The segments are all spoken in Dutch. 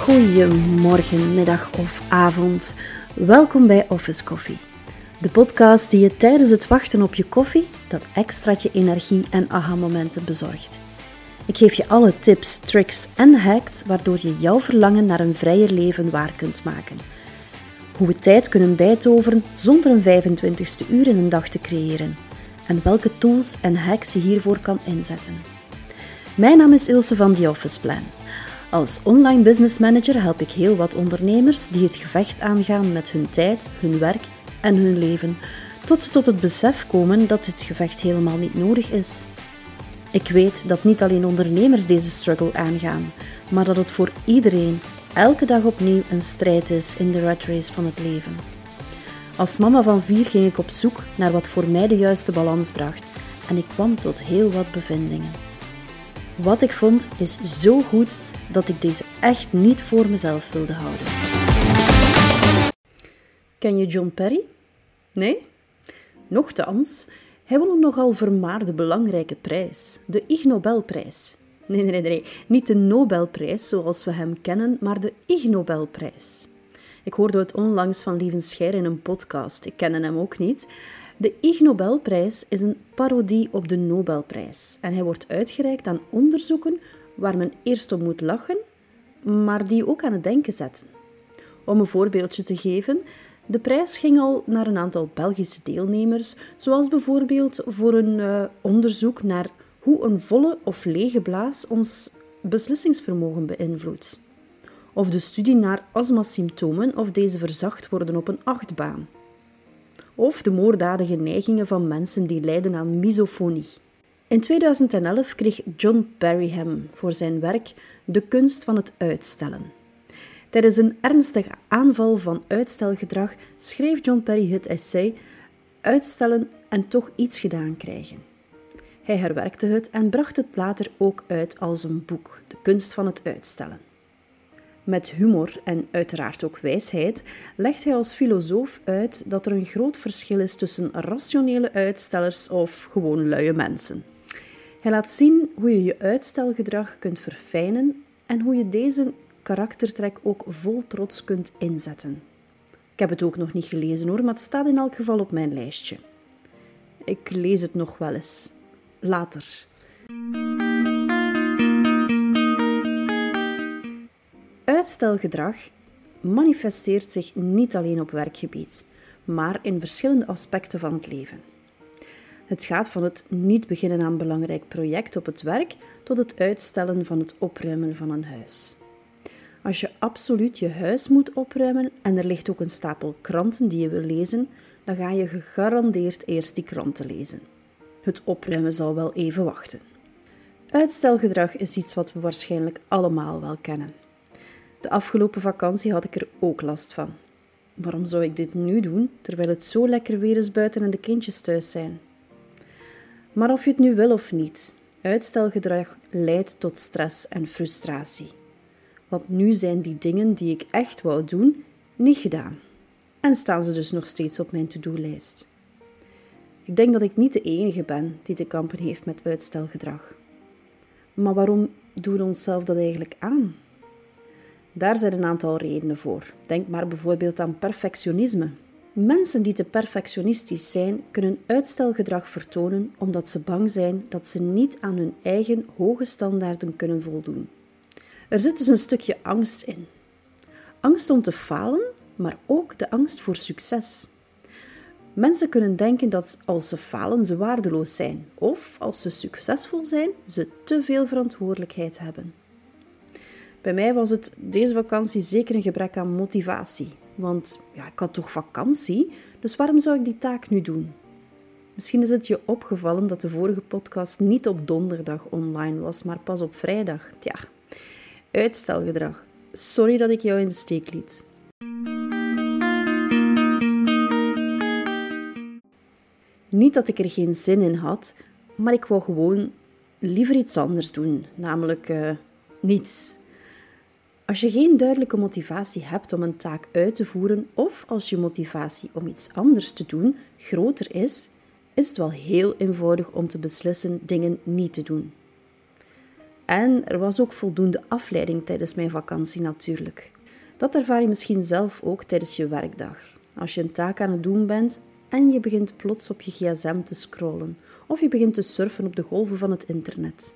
Goedemorgen, middag of avond. Welkom bij Office Coffee. De podcast die je tijdens het wachten op je koffie dat extraatje energie en aha-momenten bezorgt. Ik geef je alle tips, tricks en hacks waardoor je jouw verlangen naar een vrijer leven waar kunt maken. Hoe we tijd kunnen bijtoveren zonder een 25ste uur in een dag te creëren. En welke tools en hacks je hiervoor kan inzetten. Mijn naam is Ilse van The Office Plan. Als online business manager help ik heel wat ondernemers die het gevecht aangaan met hun tijd, hun werk en hun leven, tot ze tot het besef komen dat dit gevecht helemaal niet nodig is. Ik weet dat niet alleen ondernemers deze struggle aangaan, maar dat het voor iedereen elke dag opnieuw een strijd is in de rat race van het leven. Als mama van 4 ging ik op zoek naar wat voor mij de juiste balans bracht en ik kwam tot heel wat bevindingen. Wat ik vond is zo goed dat ik deze echt niet voor mezelf wilde houden. Ken je John Perry? Nee? Nochtans, hij won een nogal vermaarde belangrijke prijs, de Ig Nobelprijs. Nee, niet de Nobelprijs zoals we hem kennen, maar de Ig Nobelprijs. Ik hoorde het onlangs van Lieven Scheir in een podcast, ik kende hem ook niet. De Ig Nobelprijs is een parodie op de Nobelprijs en hij wordt uitgereikt aan onderzoeken waar men eerst op moet lachen, maar die ook aan het denken zetten. Om een voorbeeldje te geven, de prijs ging al naar een aantal Belgische deelnemers, zoals bijvoorbeeld voor een onderzoek naar hoe een volle of lege blaas ons beslissingsvermogen beïnvloedt. Of de studie naar astmasymptomen of deze verzacht worden op een achtbaan. Of de moorddadige neigingen van mensen die lijden aan misofonie. In 2011 kreeg John Perry hem voor zijn werk De kunst van het uitstellen. Tijdens een ernstige aanval van uitstelgedrag schreef John Perry het essay Uitstellen en toch iets gedaan krijgen. Hij herwerkte het en bracht het later ook uit als een boek, De kunst van het uitstellen. Met humor en uiteraard ook wijsheid legt hij als filosoof uit dat er een groot verschil is tussen rationele uitstellers of gewoon luie mensen. Hij laat zien hoe je je uitstelgedrag kunt verfijnen en hoe je deze karaktertrek ook vol trots kunt inzetten. Ik heb het ook nog niet gelezen hoor, maar het staat in elk geval op mijn lijstje. Ik lees het nog wel eens. Later. Uitstelgedrag manifesteert zich niet alleen op werkgebied, maar in verschillende aspecten van het leven. Het gaat van het niet beginnen aan een belangrijk project op het werk tot het uitstellen van het opruimen van een huis. Als je absoluut je huis moet opruimen en er ligt ook een stapel kranten die je wil lezen, dan ga je gegarandeerd eerst die kranten lezen. Het opruimen zal wel even wachten. Uitstelgedrag is iets wat we waarschijnlijk allemaal wel kennen. De afgelopen vakantie had ik er ook last van. Waarom zou ik dit nu doen, terwijl het zo lekker weer is buiten en de kindjes thuis zijn? Maar of je het nu wil of niet, uitstelgedrag leidt tot stress en frustratie. Want nu zijn die dingen die ik echt wou doen, niet gedaan. En staan ze dus nog steeds op mijn to-do-lijst. Ik denk dat ik niet de enige ben die te kampen heeft met uitstelgedrag. Maar waarom doen we onszelf dat eigenlijk aan? Daar zijn een aantal redenen voor. Denk maar bijvoorbeeld aan perfectionisme. Mensen die te perfectionistisch zijn, kunnen uitstelgedrag vertonen omdat ze bang zijn dat ze niet aan hun eigen hoge standaarden kunnen voldoen. Er zit dus een stukje angst in. Angst om te falen, maar ook de angst voor succes. Mensen kunnen denken dat als ze falen, ze waardeloos zijn. Of als ze succesvol zijn, ze te veel verantwoordelijkheid hebben. Bij mij was het deze vakantie zeker een gebrek aan motivatie. Want ik had toch vakantie, dus waarom zou ik die taak nu doen? Misschien is het je opgevallen dat de vorige podcast niet op donderdag online was, maar pas op vrijdag. Uitstelgedrag. Sorry dat ik jou in de steek liet. Niet dat ik er geen zin in had, maar ik wou gewoon liever iets anders doen, namelijk niets. Als je geen duidelijke motivatie hebt om een taak uit te voeren of als je motivatie om iets anders te doen groter is het wel heel eenvoudig om te beslissen dingen niet te doen. En er was ook voldoende afleiding tijdens mijn vakantie natuurlijk. Dat ervaar je misschien zelf ook tijdens je werkdag. Als je een taak aan het doen bent en je begint plots op je gsm te scrollen. Of je begint te surfen op de golven van het internet.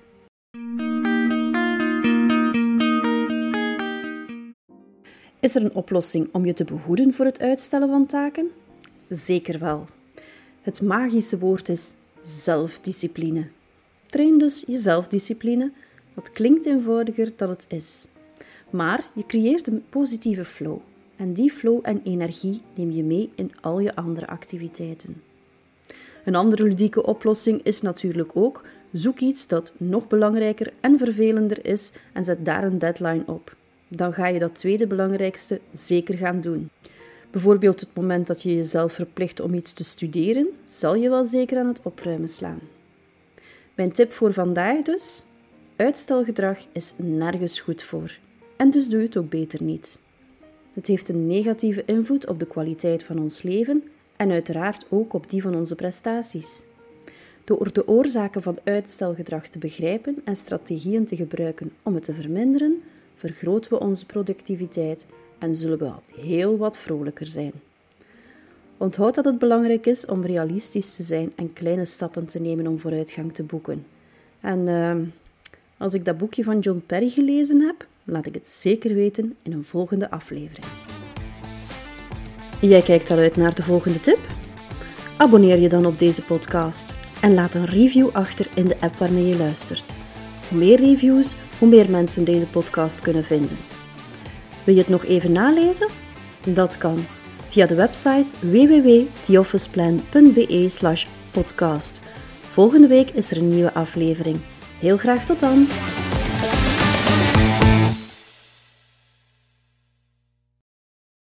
Is er een oplossing om je te behoeden voor het uitstellen van taken? Zeker wel. Het magische woord is zelfdiscipline. Train dus je zelfdiscipline. Dat klinkt eenvoudiger dan het is. Maar je creëert een positieve flow. En die flow en energie neem je mee in al je andere activiteiten. Een andere ludieke oplossing is natuurlijk ook: zoek iets dat nog belangrijker en vervelender is en zet daar een deadline op. Dan ga je dat tweede belangrijkste zeker gaan doen. Bijvoorbeeld het moment dat je jezelf verplicht om iets te studeren, zal je wel zeker aan het opruimen slaan. Mijn tip voor vandaag dus: uitstelgedrag is nergens goed voor. En dus doe je het ook beter niet. Het heeft een negatieve invloed op de kwaliteit van ons leven en uiteraard ook op die van onze prestaties. Door de oorzaken van uitstelgedrag te begrijpen en strategieën te gebruiken om het te verminderen, vergroten we onze productiviteit en zullen we heel wat vrolijker zijn. Onthoud dat het belangrijk is om realistisch te zijn en kleine stappen te nemen om vooruitgang te boeken. En als ik dat boekje van John Perry gelezen heb, laat ik het zeker weten in een volgende aflevering. Jij kijkt al uit naar de volgende tip? Abonneer je dan op deze podcast en laat een review achter in de app waarmee je luistert. Hoe meer reviews, hoe meer mensen deze podcast kunnen vinden. Wil je het nog even nalezen? Dat kan via de website www.theofficeplan.be/podcast. Volgende week is er een nieuwe aflevering. Heel graag tot dan!